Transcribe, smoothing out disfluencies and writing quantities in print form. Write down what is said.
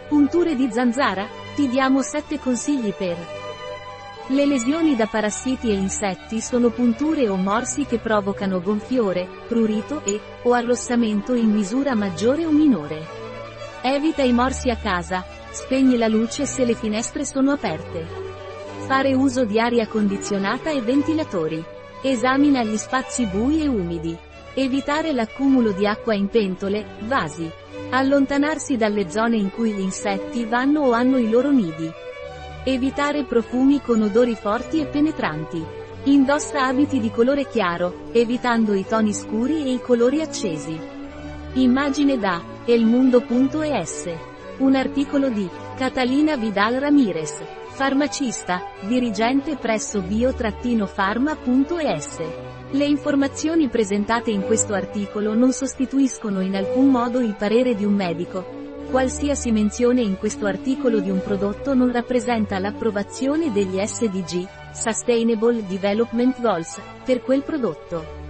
Punture di zanzara? Ti diamo 7 consigli per. Le lesioni da parassiti e insetti sono punture o morsi che provocano gonfiore, prurito o arrossamento in misura maggiore o minore. Evita i morsi a casa, spegni la luce se le finestre sono aperte. Fare uso di aria condizionata e ventilatori. Esamina gli spazi bui e umidi. Evitare l'accumulo di acqua in pentole, vasi. Allontanarsi dalle zone in cui gli insetti vanno o hanno i loro nidi. Evitare profumi con odori forti e penetranti. Indossa abiti di colore chiaro, evitando i toni scuri e i colori accesi. Immagine da elmundo.es. Un articolo di Catalina Vidal Ramirez, farmacista, dirigente presso bio-pharma.es. Le informazioni presentate in questo articolo non sostituiscono in alcun modo il parere di un medico. Qualsiasi menzione in questo articolo di un prodotto non rappresenta l'approvazione degli SDG, Sustainable Development Goals, per quel prodotto.